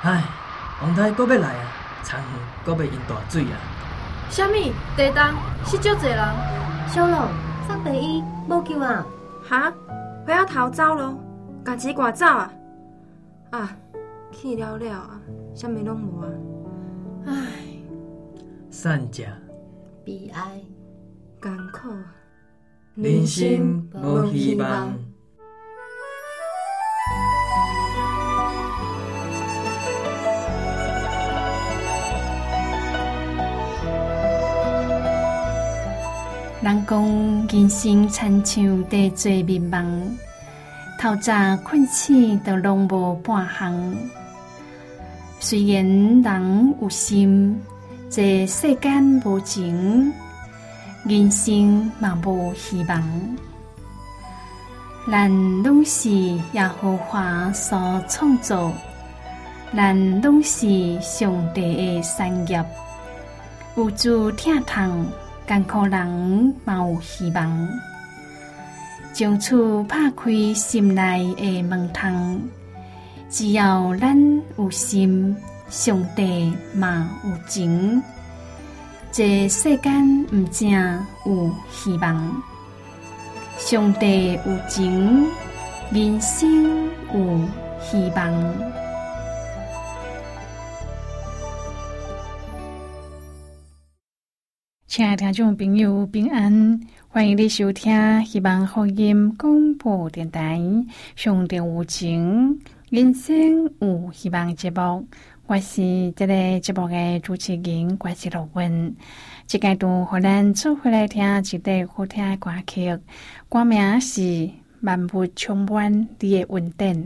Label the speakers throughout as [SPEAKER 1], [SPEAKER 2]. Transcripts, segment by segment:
[SPEAKER 1] 唉，王太阁要来啊，田园阁要淹大水啊！
[SPEAKER 2] 啥物？地动死足侪人。
[SPEAKER 3] 小龙，送第一，无救啊！
[SPEAKER 4] 哈，回头逃走咯，家己赶走啊！啊，去了了啊，啥物拢无啊！唉，
[SPEAKER 1] 善食
[SPEAKER 3] 悲哀，
[SPEAKER 4] 艰苦，
[SPEAKER 1] 人生无希望。
[SPEAKER 5] 人讲人生亲像地做迷茫，透早困醒都拢无半项。虽然人有心，这世间无情，人生嘛无希望。咱拢是耶和华所创造，咱拢是上帝的产业，有主疼痛。艰苦人嘛有希望，将厝拍开心内的门窗。只要咱有心，上帝嘛有情。这世间不正有希望，上帝有情，人生有希望。亲爱的听众朋友，平安！欢迎你收听希望福音广播电台《上帝有情，人生有希望》节目。我是这个节目的主持人关系罗文。这阶段，和咱做回来听一首好听的歌曲，歌名是《万物充满你的恩典》。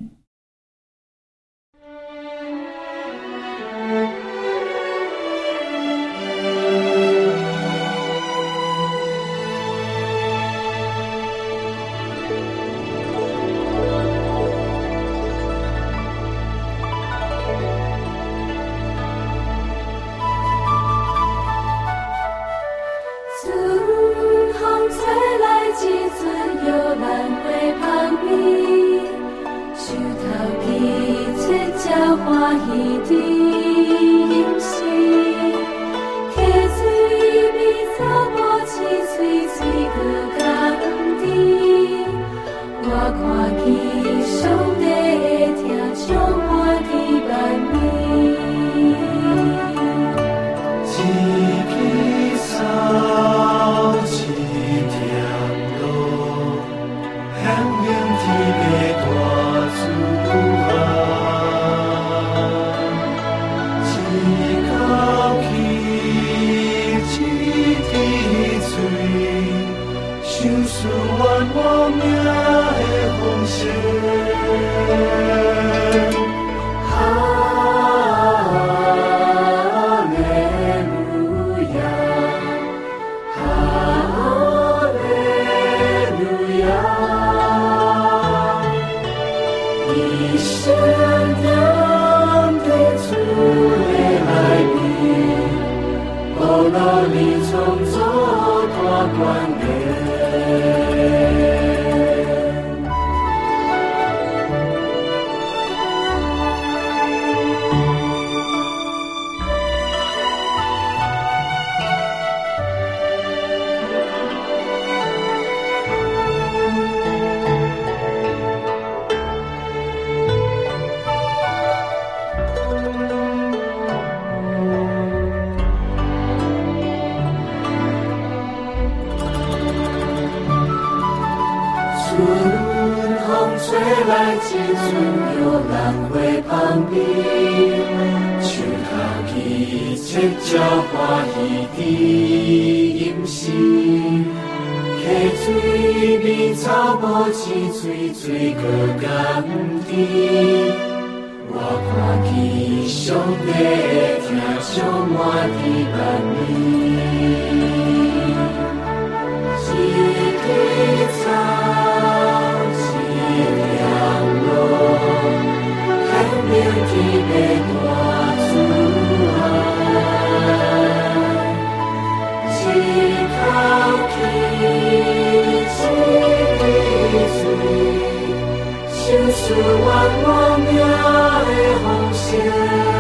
[SPEAKER 6] 是万我命的风声。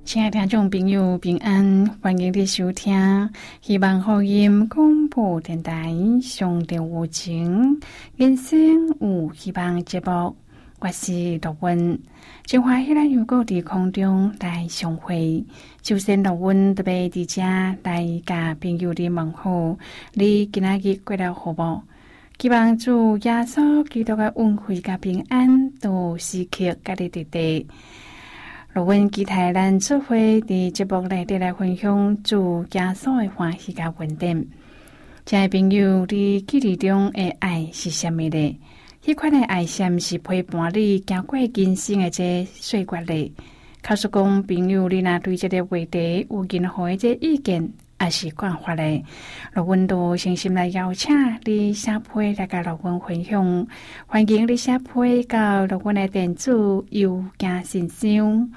[SPEAKER 5] 亲爱的听众朋友，平安，欢迎你收听希望福音广播电台上帝有情人生有希望节目，我是乐文。真欢喜咱又搁伫空中来相会，首先乐文特别伫遮来甲朋友哋问候，你今仔日过了好无？希望主耶稣基督嘅恩惠甲平安都时刻甲你伫地。乐文期待咱做伙伫节目内底来分享主耶稣的欢喜甲稳定。亲爱朋友，你记忆中的爱是什么呢？迄款的爱心是陪伴你走过人生的这岁月嘞。告诉讲朋友，你若对这个话题有任何的这意见，也是看法嘞，乐文都诚心来邀请你写批来甲乐文分享。欢迎你写批到乐文的电子邮件信箱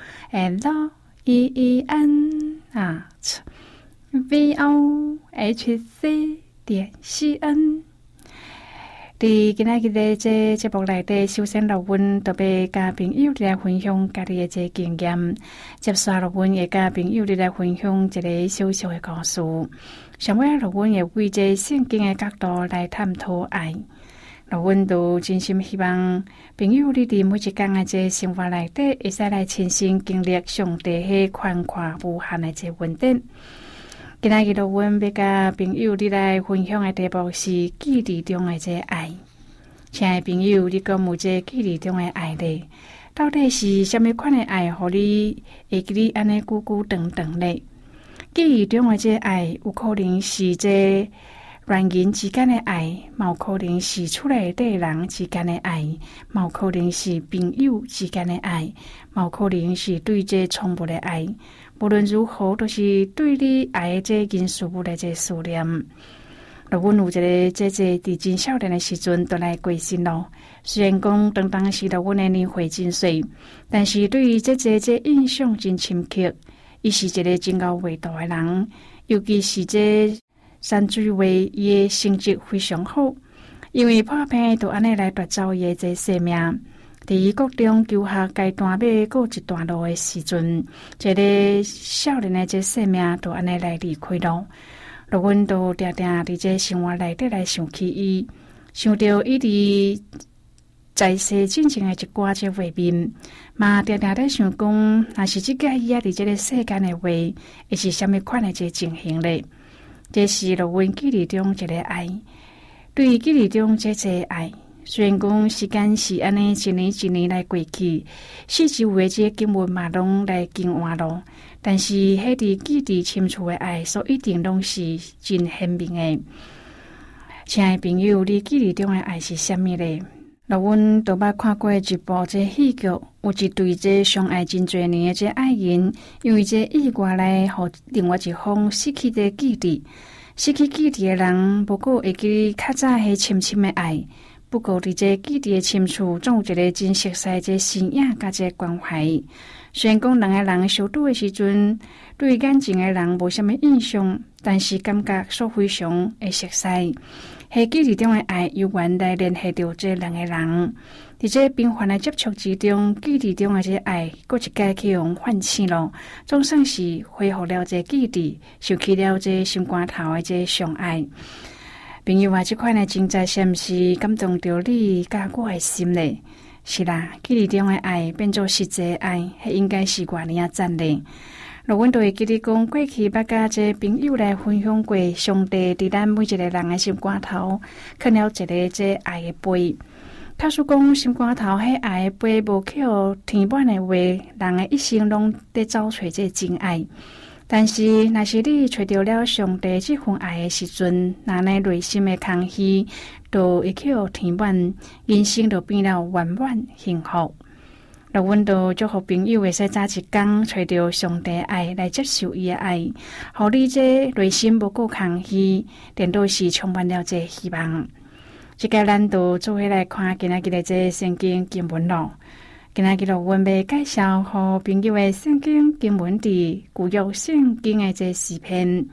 [SPEAKER 5] LEEN@vohc.cn。伫今仔日的这节目内底，首先乐文特别甲朋友来分享家己的这经验，接下乐文也甲朋友来分享一个小小的故事。上尾乐文也为这圣经的角度来探讨爱。乐文都真心希望朋友你伫每一天的这生活内底，会使来亲身经历上帝迄宽阔无限的这恩典。今仔日乐文要甲朋友你来分享的题目是记忆中的这爱。亲爱朋友，你讲有这记忆中的爱呢？到底是什么款的爱，互你会记你安尼久久长长呢？记忆中的这爱，有可能是这恋人之间的爱，也有可能是厝内底人之间的爱，也有可能是朋友之间的爱，也有可能是对这宠物的爱。无论如何，都是对你爱的这人事物的这思念。乐文有一个姐姐伫真少年的时阵都来过身咯。虽然讲当时乐文的年岁真小，但是对于姐姐这印象真深刻。伊是一个真有味道的人，尤其是这山水画，伊的成绩非常好。因为破病都安尼来夺走伊的这生命。伫国中求学阶段要过一段路的时阵，一个少年的这生命都安尼来离开咯。乐文都常常伫这生活内底来想起伊，想到伊伫在世进前的一寡这画面，嘛常常在想讲，若是即个伊伫这个世间的话，会是什么款的这情形咧？这是乐文记忆中一个爱，对记忆中这爱。虽然讲时间是安尼一年一年来过去，四周围这经文嘛拢来经换咯，但是迄伫记忆深处的爱，所一定拢是真鲜明的。亲爱朋友，你记忆中的爱是什么呢？乐文都捌看过一部这戏剧，有一对这相爱真多年的这爱人，因为这意外来互另外一方失去这记忆，失去记忆的人，不过会记较早迄深深的爱。不过，伫这记忆的深处，总有一个真熟悉这身影甲这关怀。虽然讲两个人相拄的时阵，对感情的人无什么印象，但是感觉所非常的熟悉。迄记忆中的爱，由原来联系到这两个人，伫这频繁的接触之中，记忆中的这爱，搁一解去用唤醒咯，总算是恢复了这记忆，想起了这心肝头的这相爱。朋友啊，这款的情在是毋是感动着你甲我的心呢？是啦，记忆中的爱变做实际爱，迄应该是偌尔啊赞嘞。乐文都会记得讲，过去捌甲这朋友来分享过，上帝伫咱每一个人的心肝头放了一个这爱的杯。假使讲心肝头迄爱的杯无去互填满的话，人的一生拢在找找这真爱。但是，若是你找到了上帝这份爱的时阵，那内心的空虚就会去填满，人生就变了圆满幸福。乐文都祝福朋友会使早一天找到上帝的爱来接受伊的爱，互你这内心无够空虚，颠倒是充满了这希望。这个咱都做伙来看今仔日的这圣经经文咯。今仔日乐文要介绍互朋友的圣经经文伫旧约圣经的这诗篇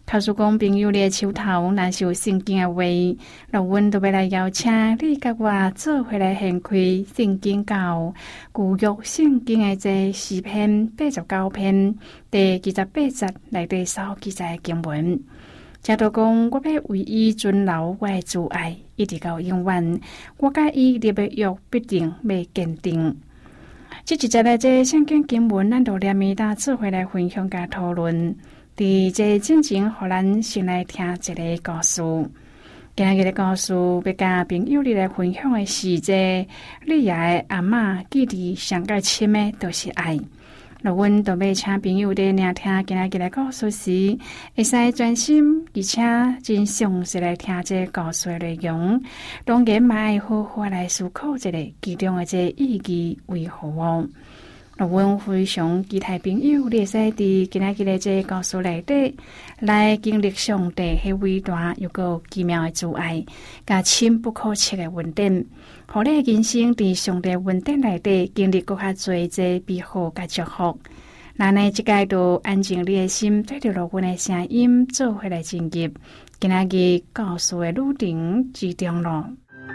[SPEAKER 5] 假使讲朋友咧手头若是有圣经的话，那阮都要来邀请你甲我做回来献开圣经教旧约圣经的这诗篇89篇第28节内底所记载的经文。假如讲我要为伊存留我的挚爱，一直到永远，我甲伊立的约必定要坚定。这一节的这圣经经文，咱就连伊搭做回来分享甲讨论。伫这进前，互咱先来听一个故事。今日的故事要甲朋友你来分享的是这利亚的阿嬷记忆上个深的都是爱。那阮都要请朋友在聆听今日的故事时，会使专心而且真详细来听这故事的内容。当然，嘛爱好好来思考一下其中的这意义为何哦。那阮非常期待朋友你会使伫今日的这故事内底来经历上帝迄伟大又个奇妙的慈爱，甲深不可测的恩典，互你人生伫上帝恩典内底经历搁较侪这美好甲祝福。那呢，即个都安静你的心，对着阮的声音做回来进入今日故事的路程之中咯。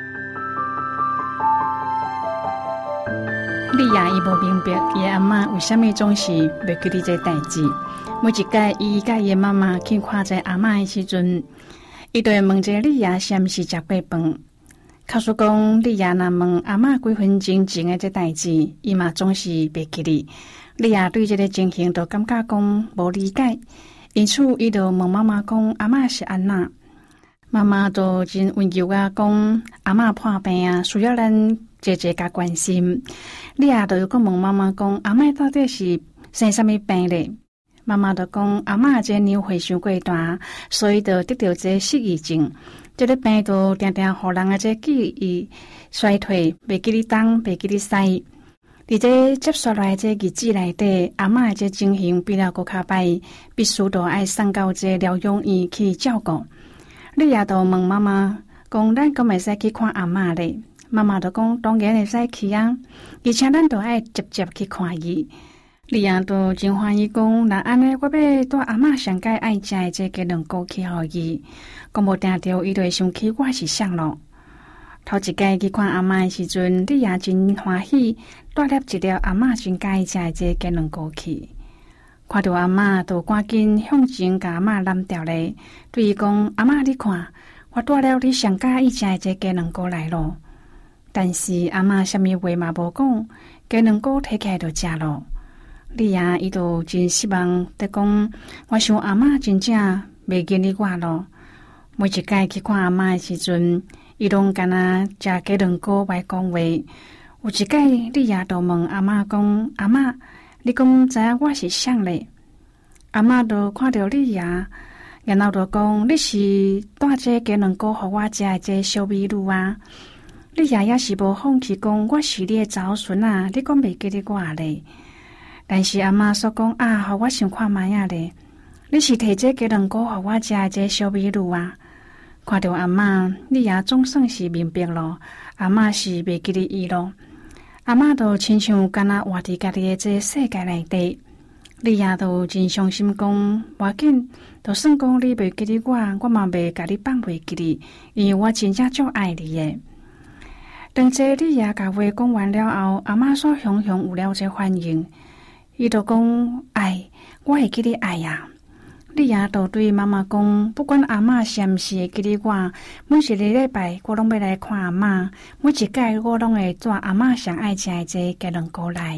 [SPEAKER 5] 利亚伊无明白伊阿嬷为什么总是袂记得这代志。每一届伊甲伊妈妈去看这阿嬷的时阵，伊就会问这利亚是毋是食过饭。假使讲利亚若问阿嬷几分钟前的这代志，伊嘛总是袂记得。利亚对这个情形就感觉讲无理解，因此伊就问妈妈讲阿嬷是安那。妈妈就真温柔啊讲阿嬷破病啊，需要咱姐姐甲关心。利亚就又讲问妈妈讲阿嬷到底是生什么病咧？妈妈就讲阿嬷这年岁伤过大，所以就得到这失忆症。这个病就常常互人的这记忆衰退，袂记得东，袂记得西。伫这接下来这日子内底，阿嬷的这情形比了搁较歹，必须都爱送到这疗养院去照顾。利亚就问妈妈讲，咱敢会使去看阿嬷咧？妈妈就讲，当然会使去啊，而且咱都爱直接去看伊。利亚都真欢喜讲，那安尼我要带阿嬷上界爱食的这鸡卵糕去互伊，讲无定着伊就会想起我是啥咯。头一届去看阿嬷的时阵，利亚真欢喜，带了一粒阿嬷真介意食的这鸡卵糕去。看到阿嬷，就赶紧向前甲阿嬷揽掉咧，对伊讲：阿嬷，你看，我带了你上介意食的这鸡卵糕来咯。但是阿嬷什么话嘛无讲，鸡卵糕摕起来就食咯。利亚伊就真失望，得讲我想阿嬷真正袂记得我咯。每一届去看阿嬷的时阵，伊拢干那食鸡卵糕来讲话。有一届利亚就问阿嬷讲：阿嬷，你讲知影我是谁咧？阿嬷就看到利亚，然后就讲：你是带这鸡卵糕互我食的这小美女啊！利亚也是无放弃讲：我是你的祖孙啊！你讲袂记得我咧？但是阿嬷说讲啊，互我想看卖啊咧！你是摕这鸡卵糕互我食的这小美女啊！看到阿嬷，利亚总算是明白咯，阿嬷是袂记得伊咯。阿嬷就亲像敢若活伫家己的这世界内底，利亚就真伤心讲，无要紧，就算讲你袂记得我，我嘛袂甲你放袂记你，因为我真正足爱你的。当这利亚甲话讲完了后，阿嬷所雄雄有了这反应，伊就讲爱，我会记得爱呀。利亚就对妈妈讲，不管阿嬷是毋是会记得我，每一个礼拜我拢要来看阿嬷，每一届我拢会带阿嬷上爱食的这鸡卵糕来。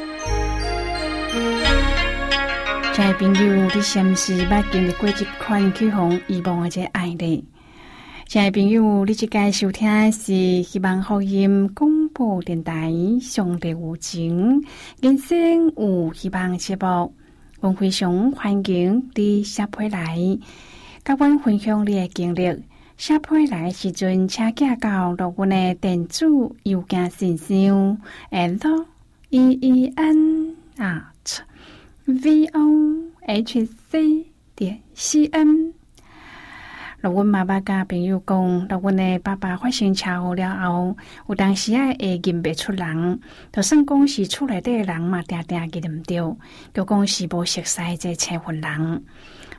[SPEAKER 5] 亲爱朋友，你是毋是捌经历过一款去互遗忘的这爱呢？亲爱朋友，你即届收听的是希望福音广播电台上帝有情人生有希望节目。阮非常欢迎你写批来，甲阮分享你的经历。写批来的时阵，请寄到阮的电子邮件信箱 len@vohc.cn。阮妈妈甲朋友讲，阮的爸爸发生车祸了后，有当时会认不出人，就算讲是厝内底的人嘛，定定认唔到，就讲是无熟悉这车祸人。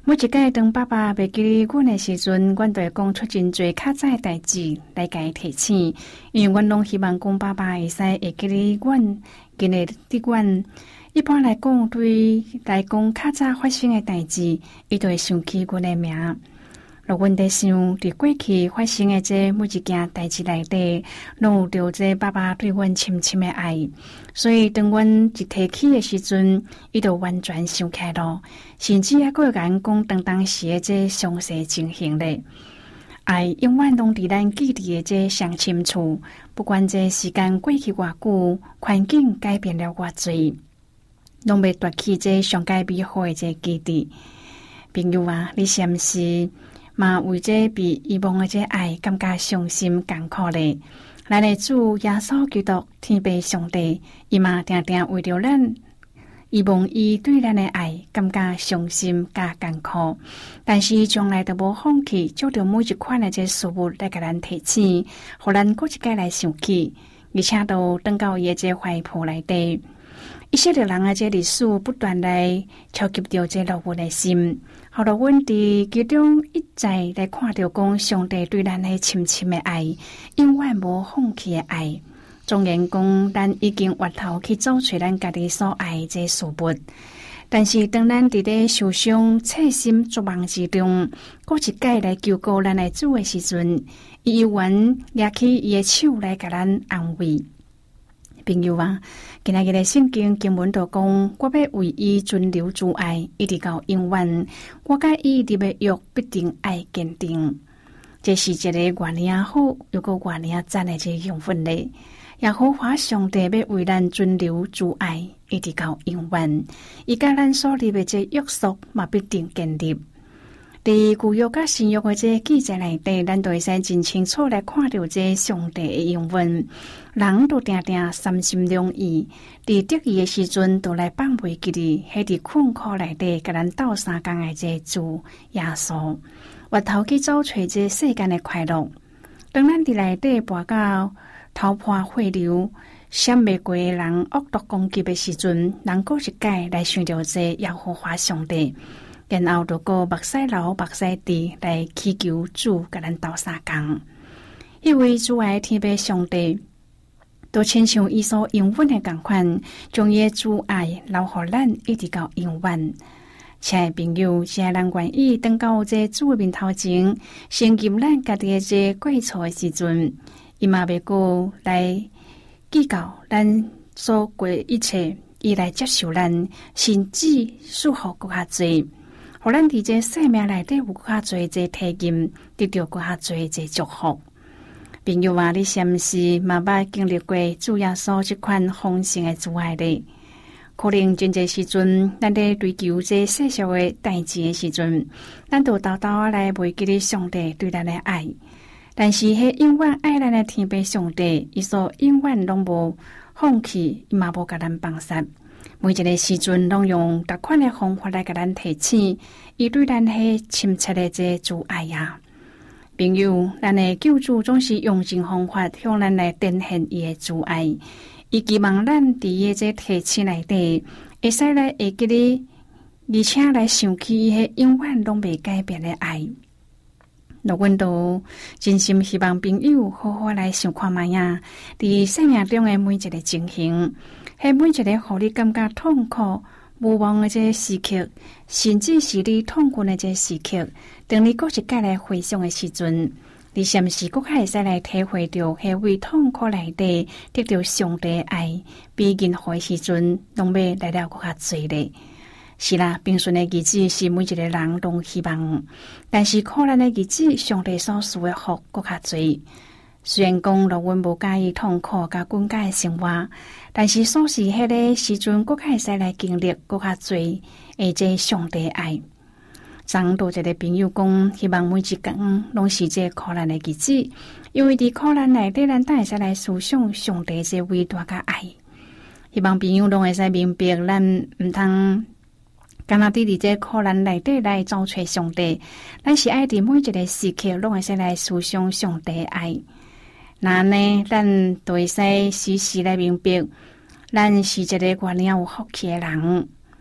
[SPEAKER 5] 每一届当爸爸袂记哩阮的时阵，阮都会讲出真侪较早的代志来甲伊提醒，因为阮拢希望讲爸爸会使会记哩阮，今日伫阮一般来讲，对来讲较早发生的代志，伊都会想起阮的名。若阮在想，伫过去发生的这每一件代志内底，拢有着这爸爸对阮深深的爱，所以当阮一提起的时阵，伊就完全想起来咯，甚至还佫会甲阮讲当时的这详细情形咧。爱永远拢伫咱记忆的这上深处，不管这时间过去偌久，环境改变了偌侪，拢袂夺去这上界美好的这记忆。朋友啊，你是毋是嘛为这被遗忘的这爱感觉伤心艰苦咧？咱的主耶稣基督天父上帝，伊嘛定定为着咱遗忘伊对咱的爱感觉伤心加艰苦，但是伊从来都无放弃，照着每一款的这事物来甲咱提醒，互咱过一届来想起，而且都登到伊的这怀抱内底。以色列人的这历史不断来敲击着这落阮的心，互着阮伫其中一再来看到讲上帝对咱的深深的爱，永远无放弃的爱。纵然讲咱已经回头去找找咱家己所爱这事物，但是当咱伫咧受伤、切心绝望之中，过一届来求告咱的主的时阵，伊永远举起伊的手来甲咱安慰。朋友啊，今日的圣经经文就讲，我要为伊存留主爱，一直到永远。我甲伊立的约必定爱坚定。这是一个偌尔好又个偌尔赞的这缘分咧。耶和华上帝要为咱存留主爱，一直到永远。伊甲咱所立的这约束嘛必定坚立。伫旧约甲新约的这记载内底，咱都会使真清楚来看到这上帝的应允。人都定定三心两意，伫得意的时阵，都来放袂记哩，迄伫困苦内底，甲咱斗相共的这主耶稣，回头去找找这世间的快乐。当咱伫内底跋到头破血流、闪袂过的人恶毒攻击的时阵，人过一届来想着这耶和华上帝。然后就过目屎流、目屎滴来祈求主甲咱斗相共。因为主爱天父上帝，都亲像伊所应允的共款，将伊的主爱留予咱一直到永远。亲爱朋友，现在咱愿意登到这主的面头前，先入咱家己的这过错的时阵，伊嘛袂过来计较咱所过一切，伊来接受咱，甚至束缚更较侪。互咱伫这生命内底有更较侪这体验，得到更较侪这祝福。朋友啊，你是毋是嘛捌经历过主耶稣这款丰盛的主爱咧？可能真侪时阵，咱咧追求这世俗的代志的时阵，咱都偷偷来袂记咧上帝对咱的爱。但是迄永远爱咱的天父上帝，伊所永远拢无放弃，伊嘛无甲咱放杀。每一个时阵，拢用各款的方法来甲咱提醒，伊对咱迄深切的这主爱呀。朋友，咱的救主总是用尽方法向咱来展现伊的主爱，伊期望咱伫伊这提醒内底，会使来会记哩，而且来想起伊迄永远拢袂改变的爱。若阮都真心希望朋友好好来想看卖呀，伫生命中的每一个情形。迄每一个互你感觉痛苦、无望的这时刻，甚至是你痛苦的这时刻，当你搁一届来回想的时阵，你是毋是搁较会使来体会到迄位痛苦内底得到上帝的爱，比任何时阵拢要来了搁较侪咧？是啦，平顺的日子是每一个人拢希望，但是苦难的日子，上帝所赐的福搁较侪。虽然讲若阮无介意痛苦甲困苦的生活，但是所是迄个时阵，搁较会使来经历搁较侪，而这上帝爱。昨多一个朋友讲，希望每一天拢是这苦难的日子，因为伫苦难内底，咱才会使来思想上帝这伟大甲爱。希望朋友拢会使明白，咱毋通干那伫这苦难内底来找找上帝，咱是爱伫每一个时刻拢会使来思想上帝的爱。那呢，咱都会使时时来明白，咱是一个偌尔有福气的人。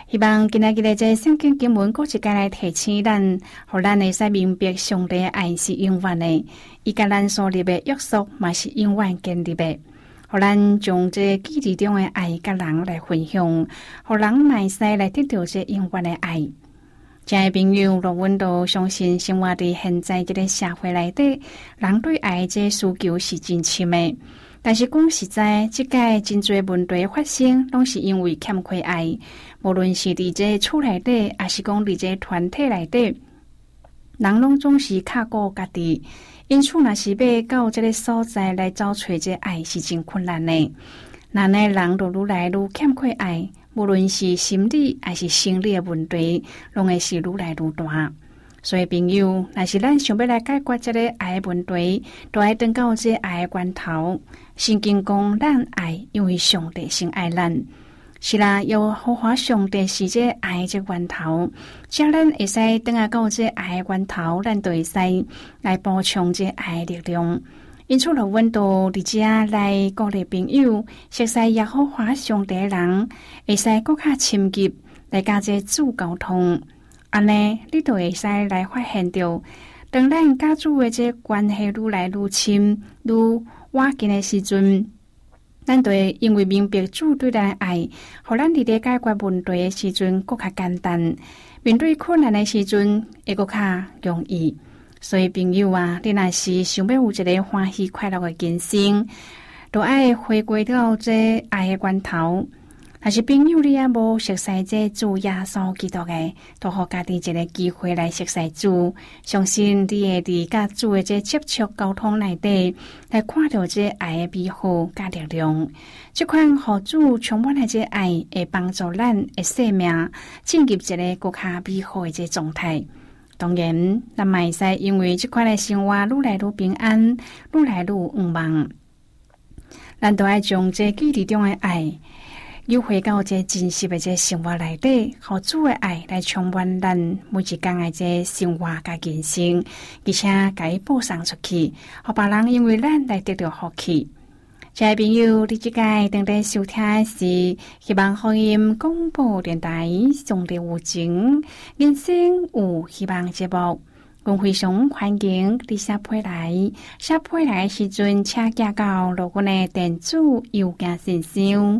[SPEAKER 5] 希望今仔日的这圣经经文，搁一届来提醒咱，互咱会使明白上帝的爱是永远的，伊甲咱所立的约束嘛是永远建立的。互咱将这记忆中的爱甲人来分享，互人来使来得到这永远的爱。亲爱的朋友，若阮都相信生活伫现在这个社会内底，人对爱这需求是真深的。但是讲实在，即届真侪问题发生，拢是因为欠缺爱。无论是伫这厝内底，还是讲伫这团体内底，人拢总是卡顾家己。因此，若是要到这个所在来找找这爱，是真困难的。那呢，人就愈来愈欠缺爱，无论是心理还是生理的问题，拢会是愈来愈大。所以，朋友，若是咱想要来解决这个爱的问题，都要等到这爱的源头。圣经讲，咱爱，因为上帝先爱咱。是啦，要好好上帝是这爱这源头，只要咱会使等下到这爱的源头，咱就会使来补充这爱的力量。因此，就阮都伫遮来鼓励朋友，熟悉也好好上帝的人，会使更较亲近，来甲这主沟通。安尼，你就会使来发现到，当咱甲主的这关系愈来愈亲、愈瓦近的时阵，咱就会因为明白主对咱的爱，互咱伫咧解决问题的时阵更较简单，面对困难的时阵会更较容易。所以朋友啊，你若是想要有一个欢喜快乐的人生，就爱回归到这爱的源头。若是朋友你也无熟悉这主耶稣基督的，都互家己一个机会来熟悉主，相信你会伫甲主的这接触沟通内底，来看到这爱的美好甲力量。这款互主充满的这爱，会帮助咱的生命进入一个更加美好的这状态。当然，咱嘛会使因为这款的生活愈来愈平安，愈来愈圆满。咱都爱将这记忆中的爱，又回到这真实的这生活内底，互主的爱来充满咱每一天的这生活甲人生，而且甲伊播送出去，互别人因为咱来得到福气。亲爱的朋友，你即届正在收听的是希望福音广播电台上帝有情人生有希望节目。阮非常欢迎你写批来的时阵，请寄到落阮的电子邮件信箱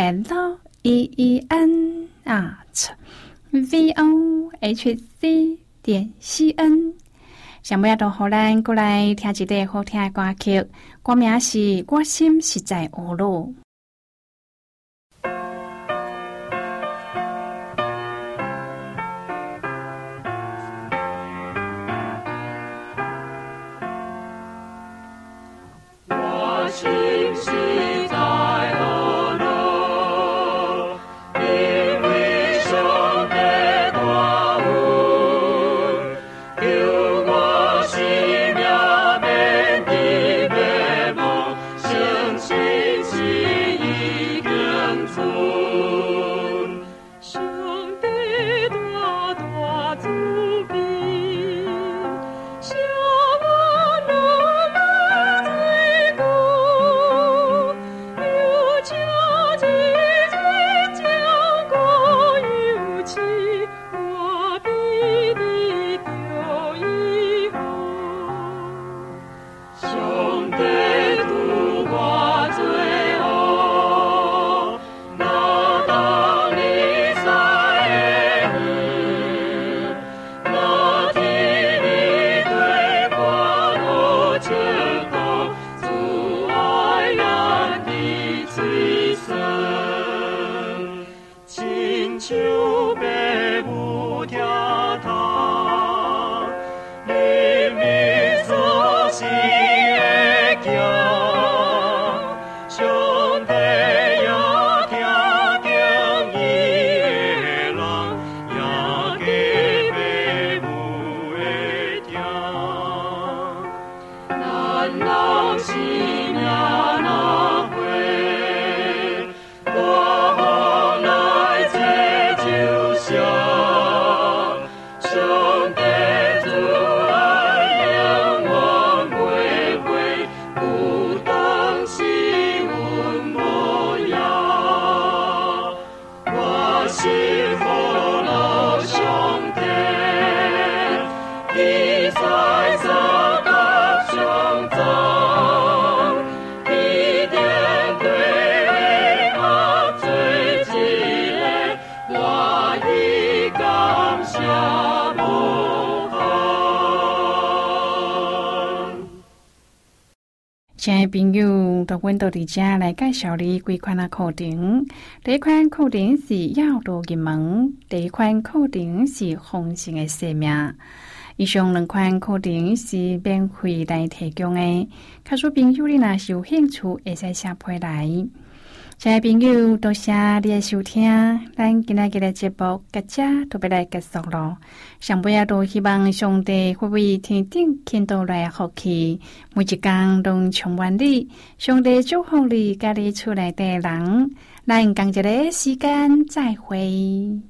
[SPEAKER 5] LEEN@vohc.cn。想要到荷兰过来听一个好听的歌曲，歌名是《我心实在乌鲁》。
[SPEAKER 6] 我心实在乌鲁，因为上帝大有救我生命免得迷茫，相信是无限。
[SPEAKER 5] 亲爱的朋友，到阮到伫遮来介绍你几款课程。第一款课程是要道入门，第一款课程是丰盛的生命。以上两款课程是免费来提供的，假如朋友你若是有兴趣，会使写批来。亲爱的朋友，多谢你的收听，咱今仔日的节目到这就要来结束咯。上尾都希望上帝会为天顶倾倒来福气，每一天都充满你。上帝祝福你，甲你厝内的人。咱同一个时间再会。